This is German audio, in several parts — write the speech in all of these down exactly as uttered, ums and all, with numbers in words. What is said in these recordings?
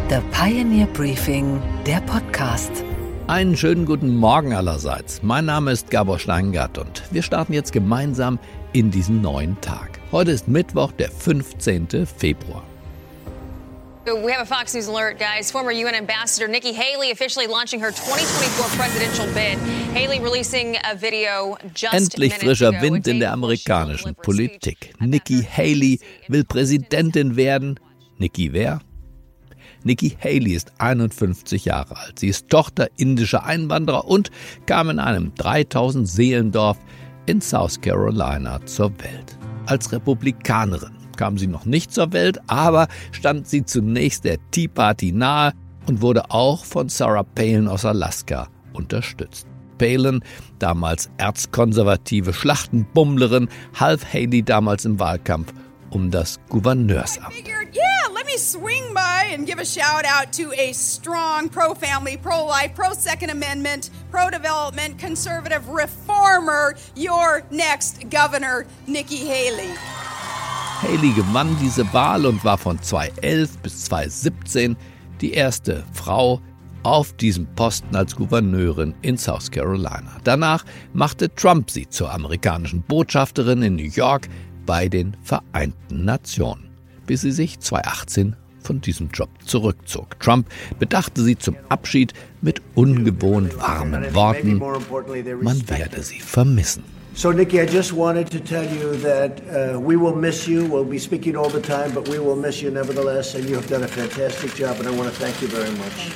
The Pioneer Briefing, der Podcast. Einen schönen guten Morgen allerseits. Mein Name ist Gabor Steingart und wir starten jetzt gemeinsam in diesen neuen Tag. Heute ist Mittwoch, der fünfzehnten Februar. We have a Fox News alert, guys. Former U N Ambassador Nikki Haley officially launching her twenty twenty-four presidential bid. Haley releasing a video just Endlich frischer Wind in der amerikanischen Politik. Nikki Haley will Präsidentin werden. Nikki wer? Nikki Haley ist einundfünfzig Jahre alt. Sie ist Tochter indischer Einwanderer und kam in einem dreitausend Seelendorf in South Carolina zur Welt. Als Republikanerin kam sie noch nicht zur Welt, aber stand sie zunächst der Tea Party nahe und wurde auch von Sarah Palin aus Alaska unterstützt. Palin, damals erzkonservative Schlachtenbummlerin, half Haley damals im Wahlkampf um das Gouverneursamt. Yeah, let me swing by and give a shout out to a strong pro-family, pro-life, pro-Second Amendment, pro-development, conservative reformer, your next governor, Nikki Haley. Haley gewann diese Wahl und war von zweitausendelf bis zweitausendsiebzehn die erste Frau auf diesem Posten als Gouverneurin in South Carolina. Danach machte Trump sie zur amerikanischen Botschafterin in New York bei den Vereinten Nationen, bis sie sich zweitausendachtzehn von diesem Job zurückzog. Trump bedachte sie zum Abschied mit ungewohnt warmen Worten. Man werde sie vermissen. So, Nikki, I just wanted to tell you that uh, we will miss you. We'll be speaking all the time, but we will miss you nevertheless, and you have done a fantastic job, and I want to thank you very much.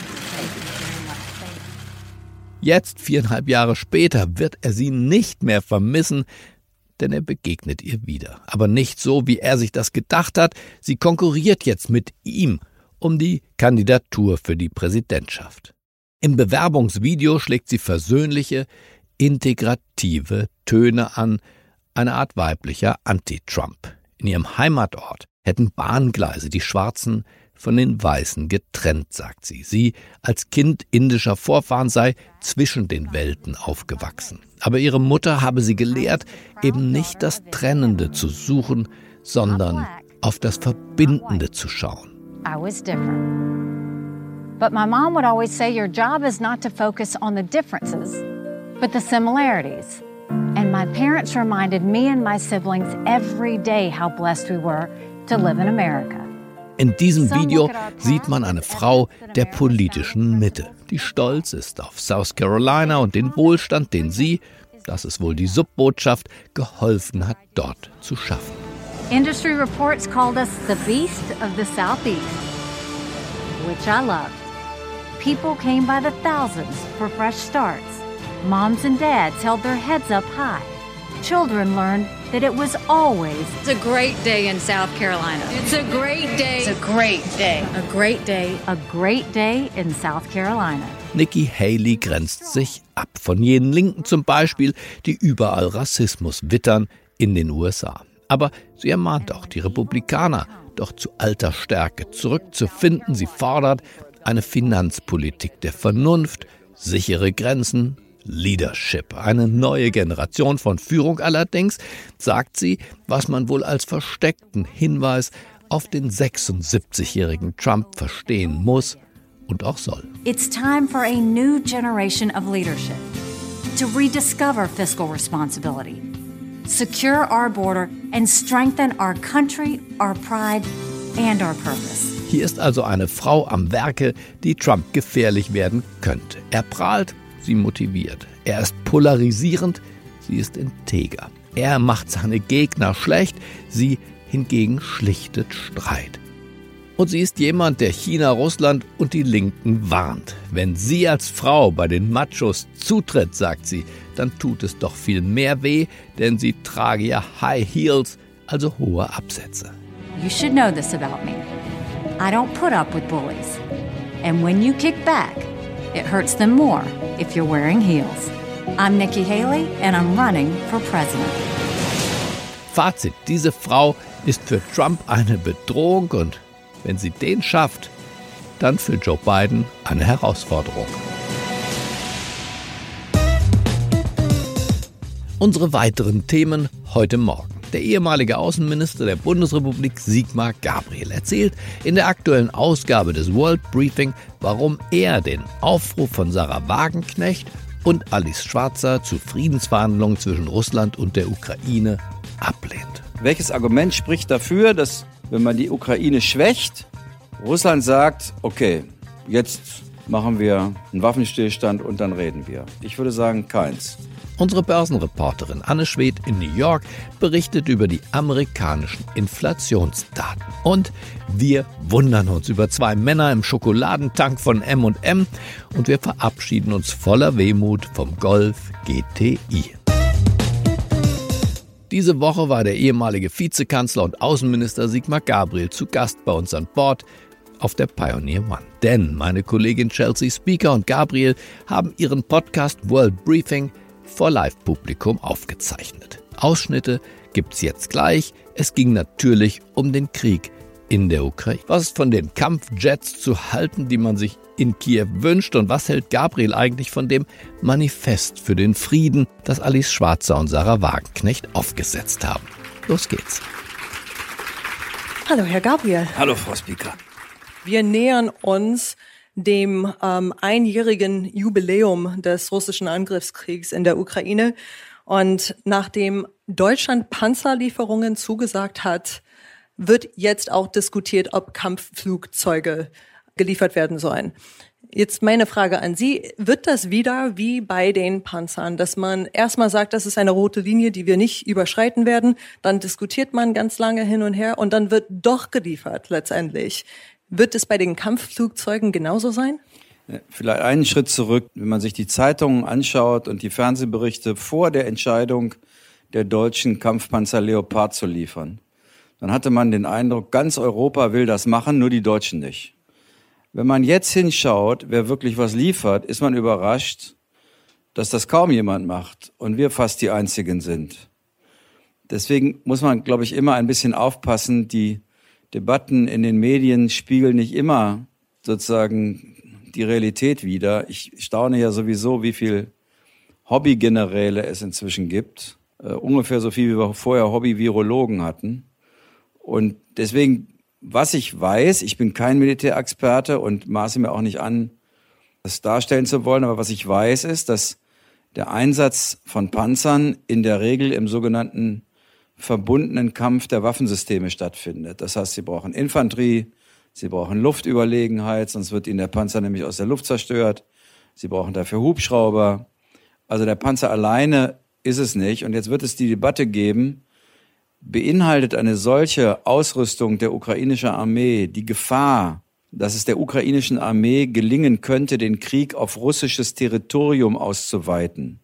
Jetzt, viereinhalb Jahre später, wird er sie nicht mehr vermissen, denn er begegnet ihr wieder. Aber nicht so, wie er sich das gedacht hat. Sie konkurriert jetzt mit ihm um die Kandidatur für die Präsidentschaft. Im Bewerbungsvideo schlägt sie versöhnliche, integrative Töne an, eine Art weiblicher Anti-Trump. In ihrem Heimatort hätten Bahngleise die Schwarzen von den Weißen getrennt, sagt sie. Sie als Kind indischer Vorfahren sei zwischen den Welten aufgewachsen. Aber ihre Mutter habe sie gelehrt, eben nicht das Trennende zu suchen, sondern auf das Verbindende zu schauen. I was different. But my mom would always say your job is not to focus on the differences, but the similarities. And my parents reminded me and my siblings every day how blessed we were to live in America. In diesem Video sieht man eine Frau der politischen Mitte, die stolz ist auf South Carolina und den Wohlstand, den sie, das ist wohl die Subbotschaft, geholfen hat, dort zu schaffen. Industry reports called us the beast of the Southeast, which I loved. People came by the thousands for fresh starts. Moms and dads held their heads up high. Children learned that it was always It's a great day in South Carolina. It's a great day. It's a great day. a great day, a great day in South Carolina. Nikki Haley grenzt sich ab von jenen Linken zum Beispiel, die überall Rassismus wittern in den U S A. Aber sie ermahnt auch die Republikaner, doch zu alter Stärke zurückzufinden. Sie fordert eine Finanzpolitik der Vernunft, sichere Grenzen, Leadership, eine neue Generation von Führung allerdings, sagt sie, was man wohl als versteckten Hinweis auf den sechsundsiebzigjährigen Trump verstehen muss und auch soll. It's time for a new generation of leadership to rediscover fiscal responsibility, secure our border and strengthen our country, our pride and our purpose. Hier ist also eine Frau am Werke, die Trump gefährlich werden könnte. Er prahlt, sie motiviert. Er ist polarisierend, sie ist integer. Er macht seine Gegner schlecht, sie hingegen schlichtet Streit. Und sie ist jemand, der China, Russland und die Linken warnt. Wenn sie als Frau bei den Machos zutritt, sagt sie, dann tut es doch viel mehr weh, denn sie trage ja High Heels, also hohe Absätze. You should know this about me. I don't put up with bullies. And when you kick back, it hurts them more if you're wearing heels. I'm Nikki Haley and I'm running for president. Fazit, diese Frau ist für Trump eine Bedrohung und wenn sie den schafft, dann für Joe Biden eine Herausforderung. Unsere weiteren Themen heute Morgen. Der ehemalige Außenminister der Bundesrepublik Sigmar Gabriel erzählt in der aktuellen Ausgabe des World Briefing, warum er den Aufruf von Sarah Wagenknecht und Alice Schwarzer zu Friedensverhandlungen zwischen Russland und der Ukraine ablehnt. Welches Argument spricht dafür, dass, wenn man die Ukraine schwächt, Russland sagt, okay, jetzt machen wir einen Waffenstillstand und dann reden wir? Ich würde sagen, keins. Unsere Börsenreporterin Anne Schwedt in New York berichtet über die amerikanischen Inflationsdaten. Und wir wundern uns über zwei Männer im Schokoladentank von M und M und wir verabschieden uns voller Wehmut vom Golf G T I. Diese Woche war der ehemalige Vizekanzler und Außenminister Sigmar Gabriel zu Gast bei uns an Bord auf der Pioneer One. Denn meine Kollegin Chelsea Speaker und Gabriel haben ihren Podcast World Briefing vor Live-Publikum aufgezeichnet. Ausschnitte gibt's jetzt gleich. Es ging natürlich um den Krieg in der Ukraine. Was ist von den Kampfjets zu halten, die man sich in Kiew wünscht? Und was hält Gabriel eigentlich von dem Manifest für den Frieden, das Alice Schwarzer und Sarah Wagenknecht aufgesetzt haben? Los geht's. Hallo, Herr Gabriel. Hallo, Frau Speaker. Wir nähern uns dem ähm, einjährigen Jubiläum des russischen Angriffskriegs in der Ukraine. Und nachdem Deutschland Panzerlieferungen zugesagt hat, wird jetzt auch diskutiert, ob Kampfflugzeuge geliefert werden sollen. Jetzt meine Frage an Sie, wird das wieder wie bei den Panzern, dass man erstmal sagt, das ist eine rote Linie, die wir nicht überschreiten werden, dann diskutiert man ganz lange hin und her und dann wird doch geliefert letztendlich. Wird es bei den Kampfflugzeugen genauso sein? Vielleicht einen Schritt zurück. Wenn man sich die Zeitungen anschaut und die Fernsehberichte vor der Entscheidung der deutschen Kampfpanzer Leopard zu liefern, dann hatte man den Eindruck, ganz Europa will das machen, nur die Deutschen nicht. Wenn man jetzt hinschaut, wer wirklich was liefert, ist man überrascht, dass das kaum jemand macht und wir fast die Einzigen sind. Deswegen muss man, glaube ich, immer ein bisschen aufpassen. Die Debatten in den Medien spiegeln nicht immer sozusagen die Realität wider. Ich staune ja sowieso, wie viel Hobbygeneräle es inzwischen gibt. Uh, ungefähr so viel, wie wir vorher Hobby-Virologen hatten. Und deswegen, was ich weiß, ich bin kein Militärexperte und maße mir auch nicht an, das darstellen zu wollen, aber was ich weiß, ist, dass der Einsatz von Panzern in der Regel im sogenannten verbundenen Kampf der Waffensysteme stattfindet. Das heißt, sie brauchen Infanterie, sie brauchen Luftüberlegenheit, sonst wird ihnen der Panzer nämlich aus der Luft zerstört. Sie brauchen dafür Hubschrauber. Also der Panzer alleine ist es nicht. Und jetzt wird es die Debatte geben, beinhaltet eine solche Ausrüstung der ukrainischen Armee die Gefahr, dass es der ukrainischen Armee gelingen könnte, den Krieg auf russisches Territorium auszuweiten.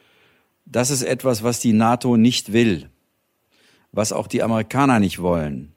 Das ist etwas, was die NATO nicht will, was auch die Amerikaner nicht wollen,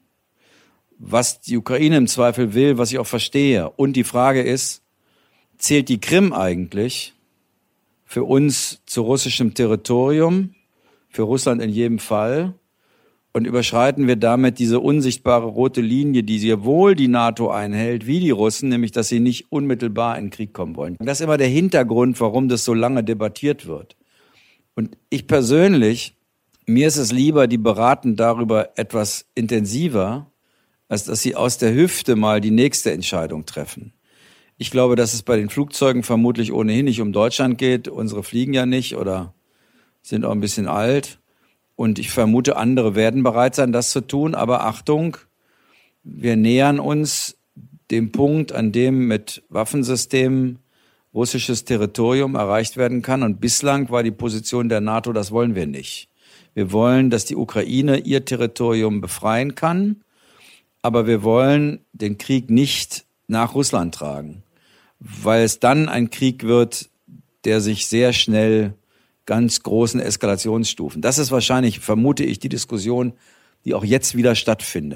was die Ukraine im Zweifel will, was ich auch verstehe. Und die Frage ist, zählt die Krim eigentlich für uns zu russischem Territorium, für Russland in jedem Fall? Und überschreiten wir damit diese unsichtbare rote Linie, die sehr wohl die NATO einhält, wie die Russen, nämlich dass sie nicht unmittelbar in den Krieg kommen wollen. Das ist immer der Hintergrund, warum das so lange debattiert wird. Und ich persönlich, mir ist es lieber, die beraten darüber etwas intensiver, als dass sie aus der Hüfte mal die nächste Entscheidung treffen. Ich glaube, dass es bei den Flugzeugen vermutlich ohnehin nicht um Deutschland geht. Unsere fliegen ja nicht oder sind auch ein bisschen alt. Und ich vermute, andere werden bereit sein, das zu tun. Aber Achtung, wir nähern uns dem Punkt, an dem mit Waffensystemen russisches Territorium erreicht werden kann. Und bislang war die Position der NATO, das wollen wir nicht. Wir wollen, dass die Ukraine ihr Territorium befreien kann. Aber wir wollen den Krieg nicht nach Russland tragen, weil es dann ein Krieg wird, der sich sehr schnell ganz großen Eskalationsstufen. Das ist wahrscheinlich, vermute ich, die Diskussion, die auch jetzt wieder stattfindet.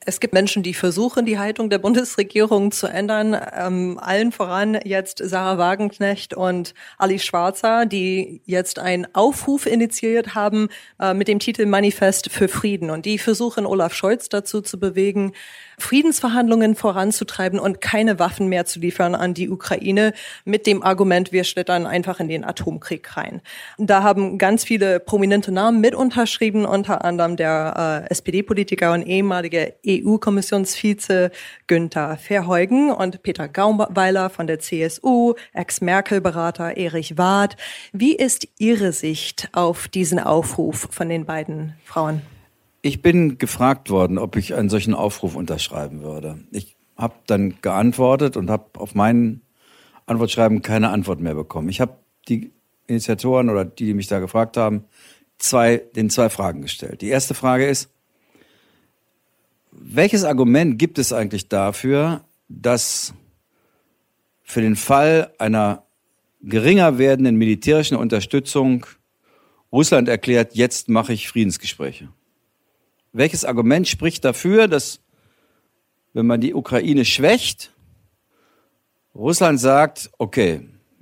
Es gibt Menschen, die versuchen, die Haltung der Bundesregierung zu ändern. Ähm, allen voran jetzt Sarah Wagenknecht und Ali Schwarzer, die jetzt einen Aufruf initiiert haben äh, mit dem Titel Manifest für Frieden. Und die versuchen, Olaf Scholz dazu zu bewegen, Friedensverhandlungen voranzutreiben und keine Waffen mehr zu liefern an die Ukraine mit dem Argument, wir schlittern einfach in den Atomkrieg rein. Da haben ganz viele prominente Namen mit unterschrieben, unter anderem der äh, S P D-Politiker und ehemalige E U-Kommissionsvize Günther Verheugen und Peter Gauweiler von der C S U, Ex-Merkel-Berater Erich Warth. Wie ist Ihre Sicht auf diesen Aufruf von den beiden Frauen? Ich bin gefragt worden, ob ich einen solchen Aufruf unterschreiben würde. Ich habe dann geantwortet und habe auf mein Antwortschreiben keine Antwort mehr bekommen. Ich habe die Initiatoren oder die, die mich da gefragt haben, zwei, den zwei Fragen gestellt. Die erste Frage ist, welches Argument gibt es eigentlich dafür, dass für den Fall einer geringer werdenden militärischen Unterstützung Russland erklärt, jetzt mache ich Friedensgespräche? Welches Argument spricht dafür, dass, wenn man die Ukraine schwächt, Russland sagt, okay,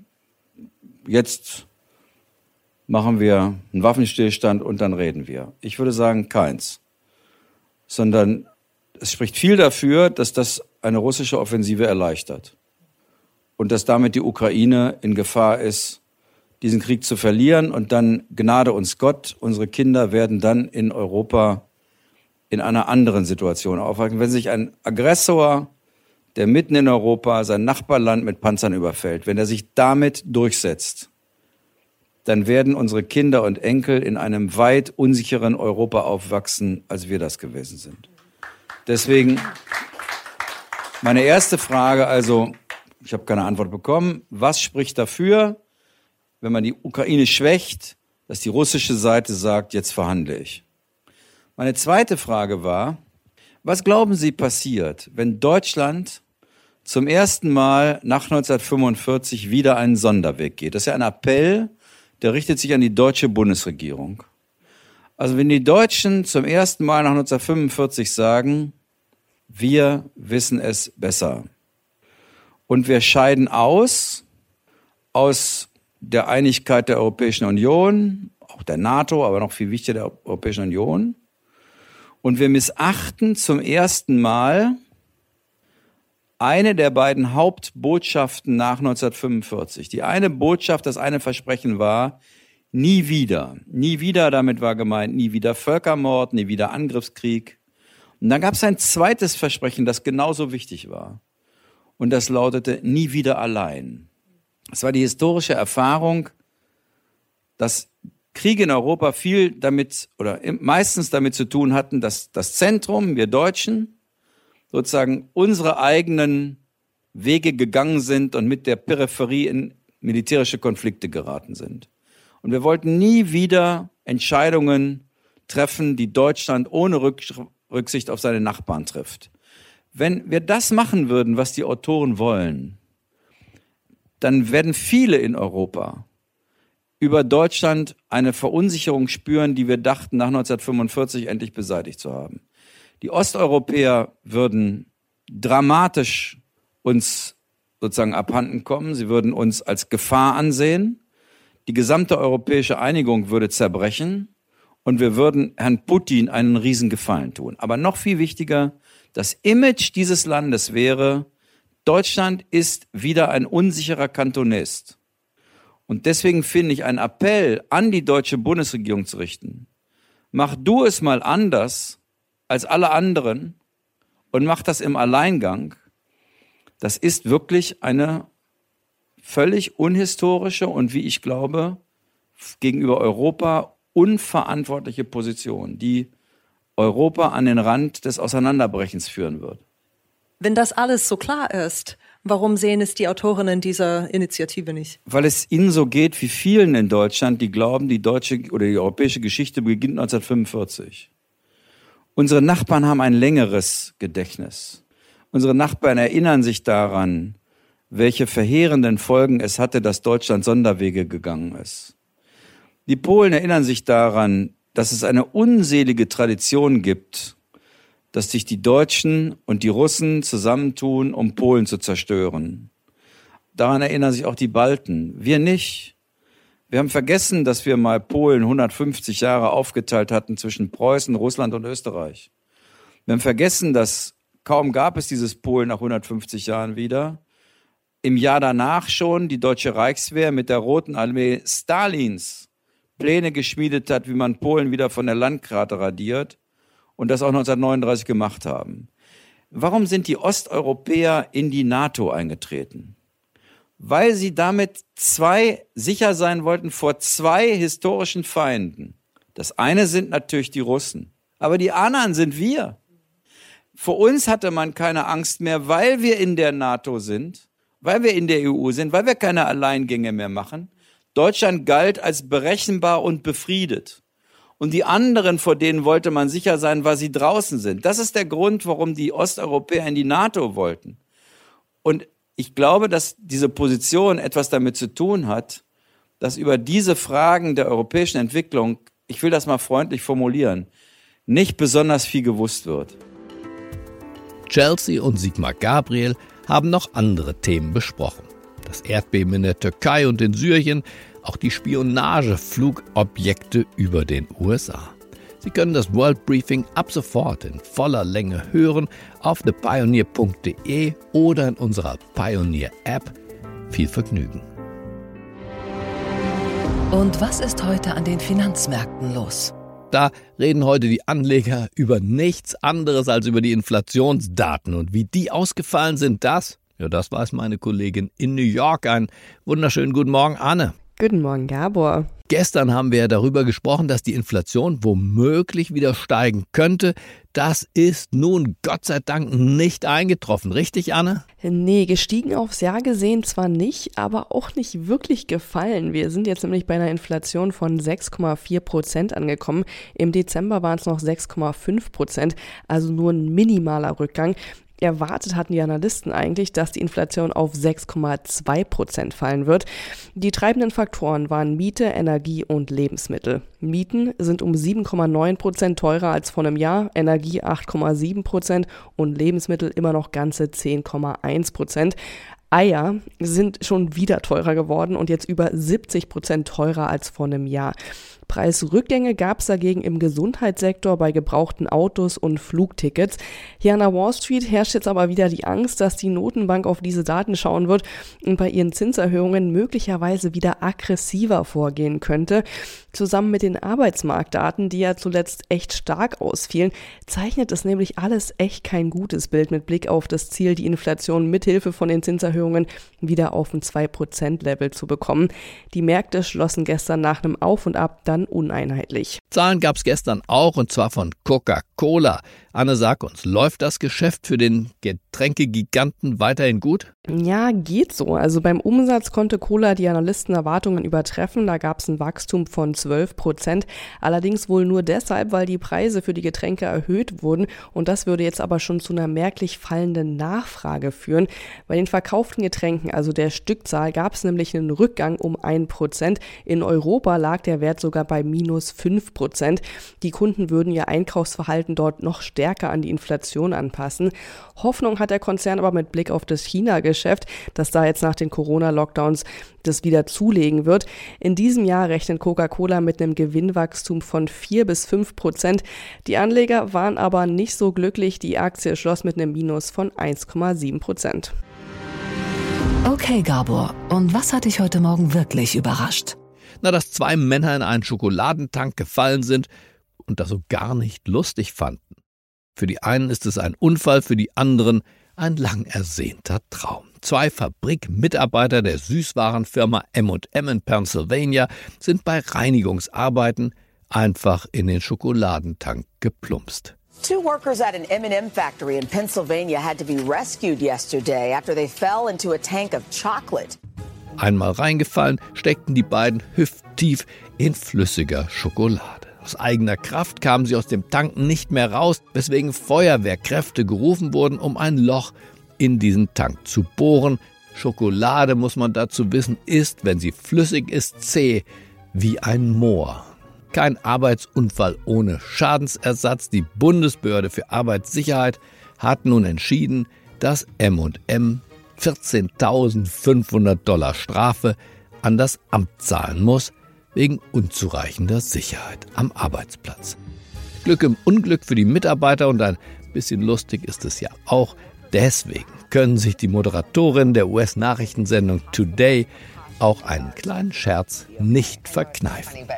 jetzt machen wir einen Waffenstillstand und dann reden wir? Ich würde sagen, keins. Sondern es spricht viel dafür, dass das eine russische Offensive erleichtert. Und dass damit die Ukraine in Gefahr ist, diesen Krieg zu verlieren. Und dann, Gnade uns Gott, unsere Kinder werden dann in Europa in einer anderen Situation aufwachen. Wenn sich ein Aggressor, der mitten in Europa sein Nachbarland mit Panzern überfällt, wenn er sich damit durchsetzt, dann werden unsere Kinder und Enkel in einem weit unsicheren Europa aufwachsen, als wir das gewesen sind. Deswegen meine erste Frage, also ich habe keine Antwort bekommen, was spricht dafür, wenn man die Ukraine schwächt, dass die russische Seite sagt, jetzt verhandle ich? Meine zweite Frage war, was glauben Sie passiert, wenn Deutschland zum ersten Mal nach neunzehnhundertfünfundvierzig wieder einen Sonderweg geht? Das ist ja ein Appell, der richtet sich an die deutsche Bundesregierung. Also wenn die Deutschen zum ersten Mal nach neunzehnhundertfünfundvierzig sagen, wir wissen es besser und wir scheiden aus, aus der Einigkeit der Europäischen Union, auch der NATO, aber noch viel wichtiger der Europäischen Union, und wir missachten zum ersten Mal eine der beiden Hauptbotschaften nach neunzehnhundertfünfundvierzig. Die eine Botschaft, das eine Versprechen war, nie wieder. Nie wieder, damit war gemeint, nie wieder Völkermord, nie wieder Angriffskrieg. Und dann gab es ein zweites Versprechen, das genauso wichtig war. Und das lautete, nie wieder allein. Es war die historische Erfahrung, dass Kriege in Europa viel damit oder meistens damit zu tun hatten, dass das Zentrum, wir Deutschen, sozusagen unsere eigenen Wege gegangen sind und mit der Peripherie in militärische Konflikte geraten sind. Und wir wollten nie wieder Entscheidungen treffen, die Deutschland ohne Rücksicht auf seine Nachbarn trifft. Wenn wir das machen würden, was die Autoren wollen, dann werden viele in Europa über Deutschland eine Verunsicherung spüren, die wir dachten, nach neunzehnhundertfünfundvierzig endlich beseitigt zu haben. Die Osteuropäer würden dramatisch uns sozusagen abhanden kommen. Sie würden uns als Gefahr ansehen. Die gesamte europäische Einigung würde zerbrechen und wir würden Herrn Putin einen Riesengefallen tun. Aber noch viel wichtiger, das Image dieses Landes wäre, Deutschland ist wieder ein unsicherer Kantonist. Und deswegen finde ich einen Appell an die deutsche Bundesregierung zu richten. Mach du es mal anders als alle anderen und mach das im Alleingang. Das ist wirklich eine völlig unhistorische und, wie ich glaube, gegenüber Europa unverantwortliche Position, die Europa an den Rand des Auseinanderbrechens führen wird. Wenn das alles so klar ist, warum sehen es die Autorinnen dieser Initiative nicht? Weil es ihnen so geht wie vielen in Deutschland, die glauben, die deutsche oder die europäische Geschichte beginnt neunzehnhundertfünfundvierzig. Unsere Nachbarn haben ein längeres Gedächtnis. Unsere Nachbarn erinnern sich daran, welche verheerenden Folgen es hatte, dass Deutschland Sonderwege gegangen ist. Die Polen erinnern sich daran, dass es eine unselige Tradition gibt, dass sich die Deutschen und die Russen zusammentun, um Polen zu zerstören. Daran erinnern sich auch die Balten. Wir nicht. Wir haben vergessen, dass wir mal Polen hundertfünfzig Jahre aufgeteilt hatten zwischen Preußen, Russland und Österreich. Wir haben vergessen, dass kaum gab es dieses Polen nach hundertfünfzig Jahren wieder. Im Jahr danach schon die Deutsche Reichswehr mit der Roten Armee Stalins Pläne geschmiedet hat, wie man Polen wieder von der Landkarte radiert und das auch neunzehnhundertneununddreißig gemacht haben. Warum sind die Osteuropäer in die NATO eingetreten? Weil sie damit zwei sicher sein wollten vor zwei historischen Feinden. Das eine sind natürlich die Russen, aber die anderen sind wir. Vor uns hatte man keine Angst mehr, weil wir in der NATO sind, weil wir in der E U sind, weil wir keine Alleingänge mehr machen. Deutschland galt als berechenbar und befriedet. Und die anderen, vor denen wollte man sicher sein, weil sie draußen sind. Das ist der Grund, warum die Osteuropäer in die NATO wollten. Und ich glaube, dass diese Position etwas damit zu tun hat, dass über diese Fragen der europäischen Entwicklung, ich will das mal freundlich formulieren, nicht besonders viel gewusst wird. Chelsea und Sigmar Gabriel haben noch andere Themen besprochen. Das Erdbeben in der Türkei und in Syrien, auch die Spionageflugobjekte über den U S A. Sie können das World Briefing ab sofort in voller Länge hören auf the pioneer punkt de oder in unserer Pioneer-App. Viel Vergnügen. Und was ist heute an den Finanzmärkten los? Da reden heute die Anleger über nichts anderes als über die Inflationsdaten. Und wie die ausgefallen sind, das, ja, das weiß meine Kollegin in New York. Einen wunderschönen guten Morgen, Anne. Guten Morgen, Gabor. Gestern haben wir ja darüber gesprochen, dass die Inflation womöglich wieder steigen könnte. Das ist nun Gott sei Dank nicht eingetroffen. Richtig, Anne? Nee, gestiegen aufs Jahr gesehen zwar nicht, aber auch nicht wirklich gefallen. Wir sind jetzt nämlich bei einer Inflation von sechs Komma vier Prozent angekommen. Im Dezember waren es noch sechs Komma fünf Prozent, also nur ein minimaler Rückgang. Erwartet hatten die Analysten eigentlich, dass die Inflation auf sechs Komma zwei Prozent fallen wird. Die treibenden Faktoren waren Miete, Energie und Lebensmittel. Mieten sind um sieben Komma neun Prozent teurer als vor einem Jahr, Energie acht Komma sieben Prozent und Lebensmittel immer noch ganze zehn Komma eins Prozent. Eier sind schon wieder teurer geworden und jetzt über siebzig Prozent teurer als vor einem Jahr. Preisrückgänge gab es dagegen im Gesundheitssektor bei gebrauchten Autos und Flugtickets. Hier an der Wall Street herrscht jetzt aber wieder die Angst, dass die Notenbank auf diese Daten schauen wird und bei ihren Zinserhöhungen möglicherweise wieder aggressiver vorgehen könnte. Zusammen mit den Arbeitsmarktdaten, die ja zuletzt echt stark ausfielen, zeichnet es nämlich alles echt kein gutes Bild mit Blick auf das Ziel, die Inflation mithilfe von den Zinserhöhungen wieder auf ein zwei Prozent Level zu bekommen. Die Märkte schlossen gestern nach einem Auf und Ab dann uneinheitlich. Zahlen gab es gestern auch, und zwar von Coca-Cola. Anne, sag uns, läuft das Geschäft für den Getränkegiganten weiterhin gut? Ja, geht so. Also beim Umsatz konnte Cola die Analystenerwartungen übertreffen. Da gab es ein Wachstum von zwölf Prozent. Allerdings wohl nur deshalb, weil die Preise für die Getränke erhöht wurden. Und das würde jetzt aber schon zu einer merklich fallenden Nachfrage führen. Bei den verkauften Getränken, also der Stückzahl, gab es nämlich einen Rückgang um ein Prozent. In Europa lag der Wert sogar bei minus fünf Prozent. Die Kunden würden ihr Einkaufsverhalten dort noch stärker an die Inflation anpassen. Hoffnung hat der Konzern aber mit Blick auf das China-Geschäft, dass da jetzt nach den Corona-Lockdowns das wieder zulegen wird. In diesem Jahr rechnet Coca-Cola mit einem Gewinnwachstum von vier bis fünf Prozent. Die Anleger waren aber nicht so glücklich. Die Aktie schloss mit einem Minus von eins Komma sieben Prozent. Okay, Gabor, und was hat dich heute Morgen wirklich überrascht? Na, dass zwei Männer in einen Schokoladentank gefallen sind und das so gar nicht lustig fanden. Für die einen ist es ein Unfall, für die anderen ein lang ersehnter Traum. Zwei Fabrikmitarbeiter der Süßwarenfirma M und M in Pennsylvania sind bei Reinigungsarbeiten einfach in den Schokoladentank geplumpst. Two workers at an M and M factory in Pennsylvania had to be rescued yesterday after they fell into a tank of chocolate. Einmal reingefallen, steckten die beiden hüfttief in flüssiger Schokolade. Aus eigener Kraft kamen sie aus dem Tank nicht mehr raus, weswegen Feuerwehrkräfte gerufen wurden, um ein Loch in diesen Tank zu bohren. Schokolade, muss man dazu wissen, ist, wenn sie flüssig ist, zäh wie ein Moor. Kein Arbeitsunfall ohne Schadensersatz. Die Bundesbehörde für Arbeitssicherheit hat nun entschieden, dass M und M vierzehntausendfünfhundert Dollar Strafe an das Amt zahlen muss, wegen unzureichender Sicherheit am Arbeitsplatz. Glück im Unglück für die Mitarbeiter und ein bisschen lustig ist es ja auch. Deswegen können sich die Moderatorinnen der U S-Nachrichtensendung Today auch einen kleinen Scherz nicht verkneifen.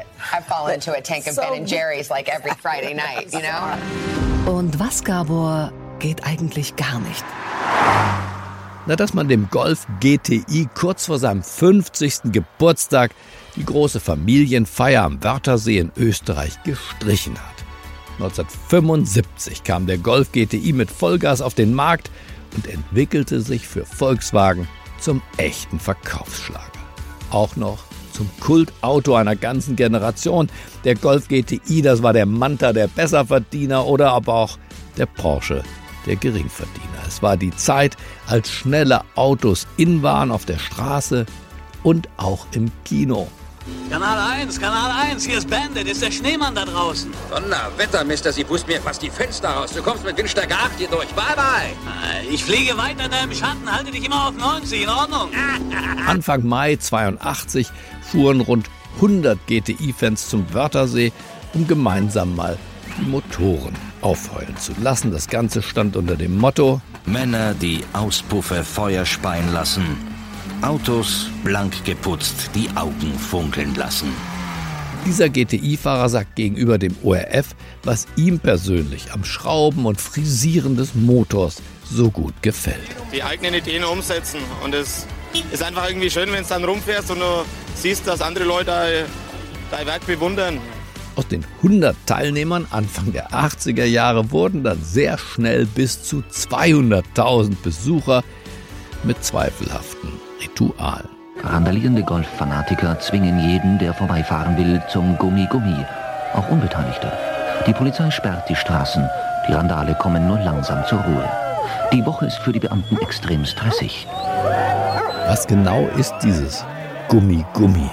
Und was, Gabor, geht eigentlich gar nicht? Na, dass man dem Golf G T I kurz vor seinem fünfzigsten Geburtstag die große Familienfeier am Wörthersee in Österreich gestrichen hat. neunzehnhundertfünfundsiebzig kam der Golf G T I mit Vollgas auf den Markt und entwickelte sich für Volkswagen zum echten Verkaufsschlager. Auch noch zum Kultauto einer ganzen Generation. Der Golf G T I, das war der Manta der Besserverdiener oder aber auch der Porsche der Geringverdiener. Es war die Zeit, als schnelle Autos in waren auf der Straße und auch im Kino. Kanal eins, Kanal eins, hier ist Bandit, ist der Schneemann da draußen. Donnerwetter, Mister, Sie pusten mir fast die Fenster raus. Du kommst mit Windstärke acht hier durch. Bye, bye. Ich fliege weiter in deinem Schatten, halte dich immer auf neunzig, in Ordnung. Anfang Mai zweiundachtzig fuhren rund hundert G T I-Fans zum Wörthersee, um gemeinsam mal die Motoren aufheulen zu lassen. Das Ganze stand unter dem Motto: Männer, die Auspuffe Feuer speien lassen. Autos blank geputzt, die Augen funkeln lassen. Dieser G T I-Fahrer sagt gegenüber dem O R F, was ihm persönlich am Schrauben und Frisieren des Motors so gut gefällt. Die eigenen Ideen umsetzen und es ist einfach irgendwie schön, wenn du dann rumfährst und du siehst, dass andere Leute dein Werk bewundern. Aus den hundert Teilnehmern Anfang der achtziger Jahre wurden dann sehr schnell bis zu zweihunderttausend Besucher mit zweifelhaften Ritualen. Randalierende Golffanatiker zwingen jeden, der vorbeifahren will, zum Gummi-Gummi, auch Unbeteiligte. Die Polizei sperrt die Straßen, die Randale kommen nur langsam zur Ruhe. Die Woche ist für die Beamten extrem stressig. Was genau ist dieses Gummi-Gummi?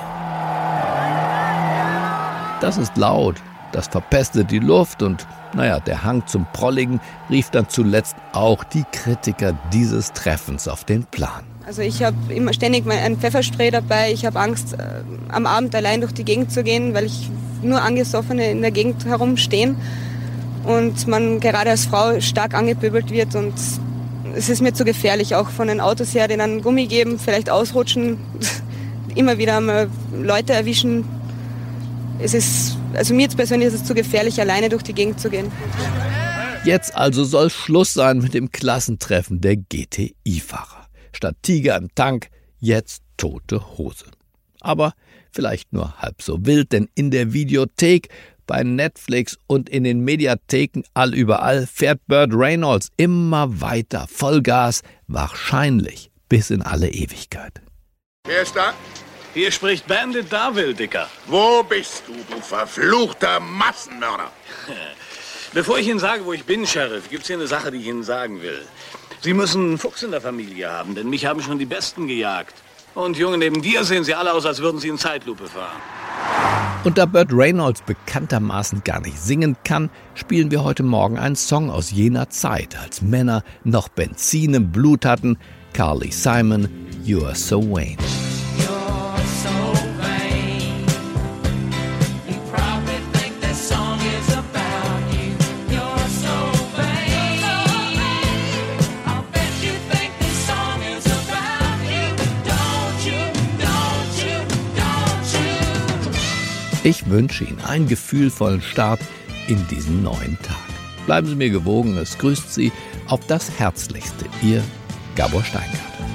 Das ist laut, das verpestet die Luft und, naja, der Hang zum Prolligen rief dann zuletzt auch die Kritiker dieses Treffens auf den Plan. Also ich habe immer ständig ein Pfefferspray dabei. Ich habe Angst, äh, am Abend allein durch die Gegend zu gehen, weil ich nur Angesoffene in der Gegend herumstehen und man gerade als Frau stark angepöbelt wird und es ist mir zu gefährlich, auch von den Autos her, denen einen Gummi geben, vielleicht ausrutschen, immer wieder mal Leute erwischen. Es ist, also mir jetzt persönlich ist es zu gefährlich, alleine durch die Gegend zu gehen. Jetzt also soll Schluss sein mit dem Klassentreffen der G T I-Fahrer. Statt Tiger im Tank, jetzt tote Hose. Aber vielleicht nur halb so wild, denn in der Videothek, bei Netflix und in den Mediatheken allüberall fährt Burt Reynolds immer weiter Vollgas, wahrscheinlich bis in alle Ewigkeit. Wer ist da? Hier spricht Bandit Darville, Dicker. Wo bist du, du verfluchter Massenmörder? Bevor ich Ihnen sage, wo ich bin, Sheriff, gibt's hier eine Sache, die ich Ihnen sagen will. Sie müssen einen Fuchs in der Familie haben, denn mich haben schon die Besten gejagt. Und Junge, neben dir sehen sie alle aus, als würden sie in Zeitlupe fahren. Und da Burt Reynolds bekanntermaßen gar nicht singen kann, spielen wir heute Morgen einen Song aus jener Zeit, als Männer noch Benzin im Blut hatten. Carly Simon, You're So Vain. Ich wünsche Ihnen einen gefühlvollen Start in diesen neuen Tag. Bleiben Sie mir gewogen, es grüßt Sie auf das Herzlichste, Ihr Gabor Steingart.